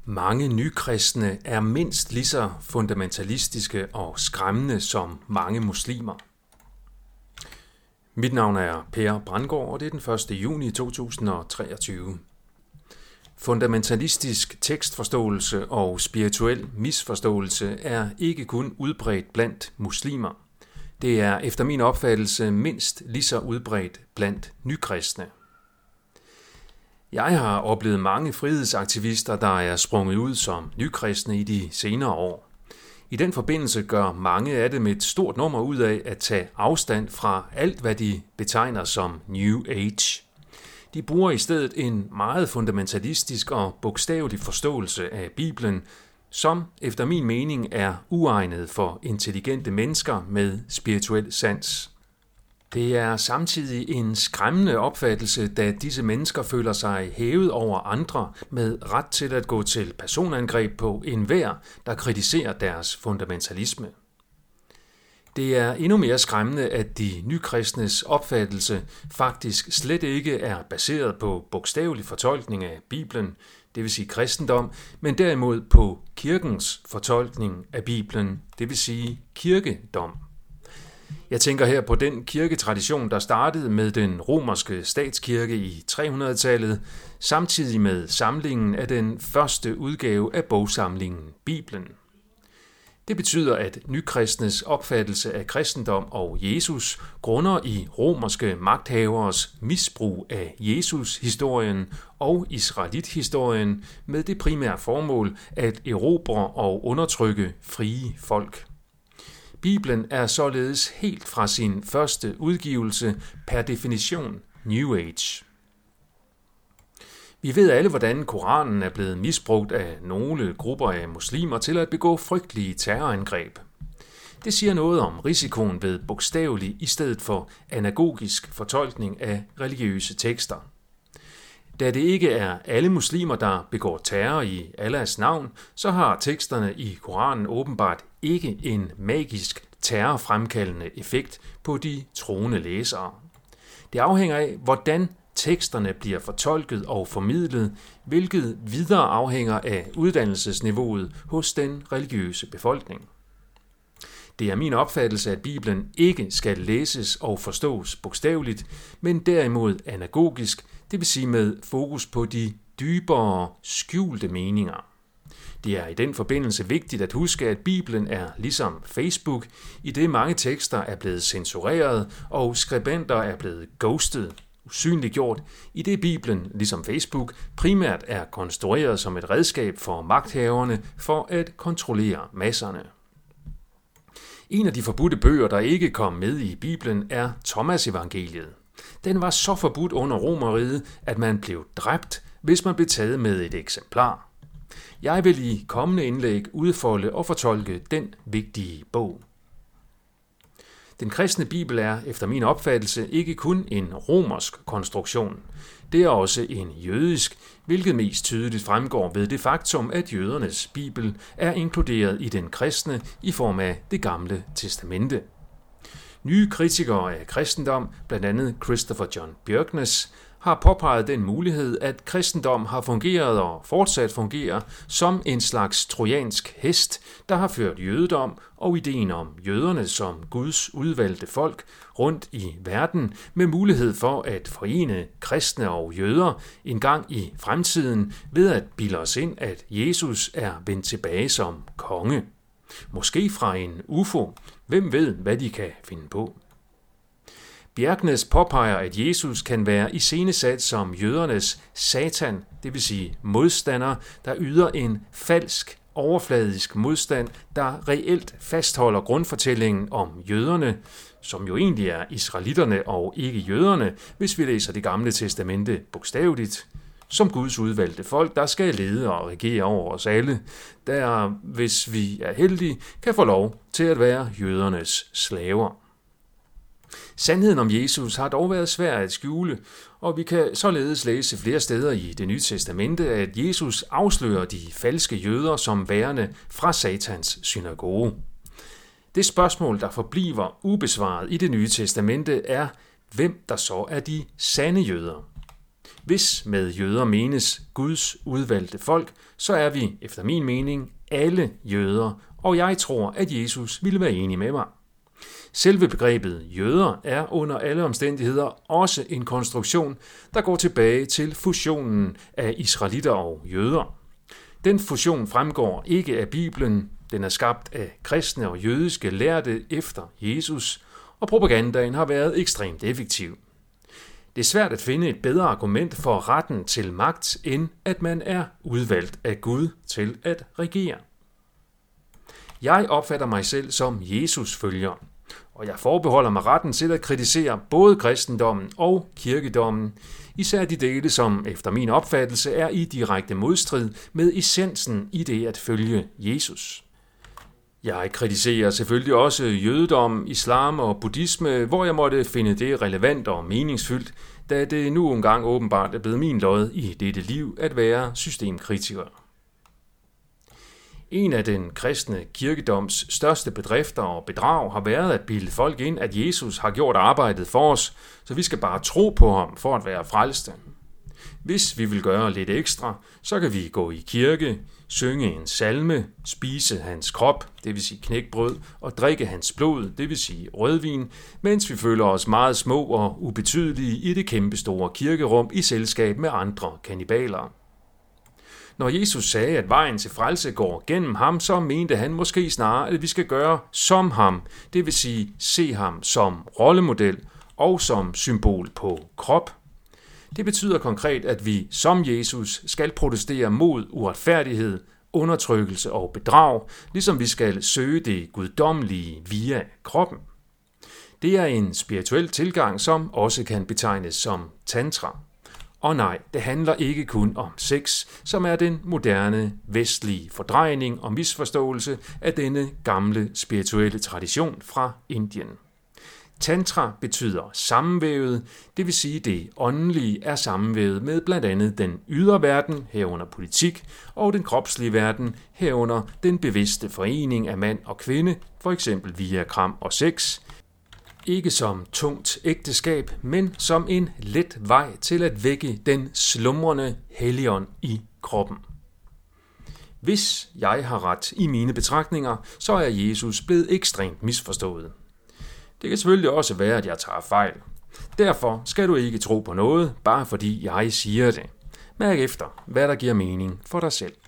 Mange nykristne er mindst lige så fundamentalistiske og skræmmende som mange muslimer. Mit navn er Per Brandgaard, og det er den 1. juni 2023. Fundamentalistisk tekstforståelse og spirituel misforståelse er ikke kun udbredt blandt muslimer. Det er efter min opfattelse mindst lige så udbredt blandt nykristne. Jeg har oplevet mange frihedsaktivister, der er sprunget ud som nykristne i de senere år. I den forbindelse gør mange af dem et stort nummer ud af at tage afstand fra alt, hvad de betegner som New Age. De bruger i stedet en meget fundamentalistisk og bogstavelig forståelse af Bibelen, som efter min mening er uegnet for intelligente mennesker med spirituel sans. Det er samtidig en skræmmende opfattelse, da disse mennesker føler sig hævet over andre med ret til at gå til personangreb på enhver, der kritiserer deres fundamentalisme. Det er endnu mere skræmmende, at de nykristnes opfattelse faktisk slet ikke er baseret på bogstavelig fortolkning af Bibelen, det vil sige kristendom, men derimod på kirkens fortolkning af Bibelen, det vil sige kirkedom. Jeg tænker her på den kirketradition, der startede med den romerske statskirke i 300-tallet, samtidig med samlingen af den første udgave af bogsamlingen Bibelen. Det betyder, at nykristnes opfattelse af kristendom og Jesus grunder i romerske magthaveres misbrug af Jesus-historien og Israelit-historien med det primære formål at erobre og undertrykke frie folk. Bibelen er således helt fra sin første udgivelse per definition New Age. Vi ved alle, hvordan Koranen er blevet misbrugt af nogle grupper af muslimer til at begå frygtelige terrorangreb. Det siger noget om risikoen ved bogstavelig i stedet for anagogisk fortolkning af religiøse tekster. Da det ikke er alle muslimer, der begår terror i Allahs navn, så har teksterne i Koranen åbenbart ikke en magisk terrorfremkaldende effekt på de troende læsere. Det afhænger af, hvordan teksterne bliver fortolket og formidlet, hvilket videre afhænger af uddannelsesniveauet hos den religiøse befolkning. Det er min opfattelse, at Bibelen ikke skal læses og forstås bogstaveligt, men derimod anagogisk, det vil sige med fokus på de dybere, skjulte meninger. Det er i den forbindelse vigtigt at huske, at Bibelen er ligesom Facebook, i det mange tekster er blevet censureret og skribenter er blevet ghostet, usynliggjort, i det Bibelen, ligesom Facebook, primært er konstrueret som et redskab for magthaverne for at kontrollere masserne. En af de forbudte bøger, der ikke kom med i Bibelen, er Thomas evangeliet. Den var så forbudt under Romerriget, at man blev dræbt, hvis man blev taget med et eksemplar. Jeg vil i kommende indlæg udfolde og fortolke den vigtige bog. Den kristne bibel er, efter min opfattelse, ikke kun en romersk konstruktion. Det er også en jødisk, hvilket mest tydeligt fremgår ved det faktum, at jødernes bibel er inkluderet i den kristne i form af det gamle testamente. Nye kritikere af kristendom, blandt andet Christopher John Bjørknes, har påpeget den mulighed, at kristendom har fungeret og fortsat fungerer som en slags trojansk hest, der har ført jødedom og ideen om jøderne som Guds udvalgte folk rundt i verden med mulighed for at forene kristne og jøder en gang i fremtiden ved at bilde os ind, at Jesus er vendt tilbage som konge. Måske fra en UFO. Hvem ved, hvad de kan finde på? Bjerknes påpeger, at Jesus kan være iscenesat som jødernes satan, det vil sige modstander, der yder en falsk, overfladisk modstand, der reelt fastholder grundfortællingen om jøderne, som jo egentlig er israelitterne og ikke jøderne, hvis vi læser det gamle testamente bogstaveligt, som Guds udvalgte folk, der skal lede og regere over os alle, der, hvis vi er heldige, kan få lov til at være jødernes slaver. Sandheden om Jesus har dog været svær at skjule, og vi kan således læse flere steder i Det Nye Testamente, at Jesus afslører de falske jøder som værende fra Satans synagoge. Det spørgsmål, der forbliver ubesvaret i Det Nye Testamente, er, hvem der så er de sande jøder. Hvis med jøder menes Guds udvalgte folk, så er vi, efter min mening, alle jøder, og jeg tror, at Jesus ville være enig med mig. Selve begrebet jøder er under alle omstændigheder også en konstruktion, der går tilbage til fusionen af israelitter og jøder. Den fusion fremgår ikke af Bibelen, den er skabt af kristne og jødiske lærte efter Jesus, og propagandaen har været ekstremt effektiv. Det er svært at finde et bedre argument for retten til magt, end at man er udvalgt af Gud til at regere. Jeg opfatter mig selv som Jesus-følger, og jeg forbeholder mig retten til at kritisere både kristendommen og kirkedommen, især de dele, som efter min opfattelse er i direkte modstrid med essensen i det at følge Jesus. Jeg kritiserer selvfølgelig også jødedom, islam og buddhisme, hvor jeg måtte finde det relevant og meningsfyldt, da det nu engang åbenbart er blevet min lod i dette liv at være systemkritiker. En af den kristne kirkedoms største bedrifter og bedrag har været at bilde folk ind, at Jesus har gjort arbejdet for os, så vi skal bare tro på ham for at være frelste. Hvis vi vil gøre lidt ekstra, så kan vi gå i kirke, synge en salme, spise hans krop, det vil sige knækbrød, og drikke hans blod, det vil sige rødvin, mens vi føler os meget små og ubetydelige i det kæmpestore kirkerum i selskab med andre kannibaler. Når Jesus sagde, at vejen til frelse går gennem ham, så mente han måske snarere, at vi skal gøre som ham, det vil sige se ham som rollemodel og som symbol på krop. Det betyder konkret, at vi som Jesus skal protestere mod uretfærdighed, undertrykkelse og bedrag, ligesom vi skal søge det guddommelige via kroppen. Det er en spirituel tilgang, som også kan betegnes som tantra. Og nej, det handler ikke kun om sex, som er den moderne vestlige fordrejning og misforståelse af denne gamle spirituelle tradition fra Indien. Tantra betyder sammenvævet, det vil sige det åndelige er sammenvævet med blandt andet den ydre verden, herunder politik, og den kropslige verden, herunder den bevidste forening af mand og kvinde, for eksempel via kram og sex. Ikke som tungt ægteskab, men som en let vej til at vække den slumrende helligånd i kroppen. Hvis jeg har ret i mine betragtninger, så er Jesus blevet ekstremt misforstået. Det kan selvfølgelig også være, at jeg tager fejl. Derfor skal du ikke tro på noget, bare fordi jeg siger det. Mærk efter, hvad der giver mening for dig selv.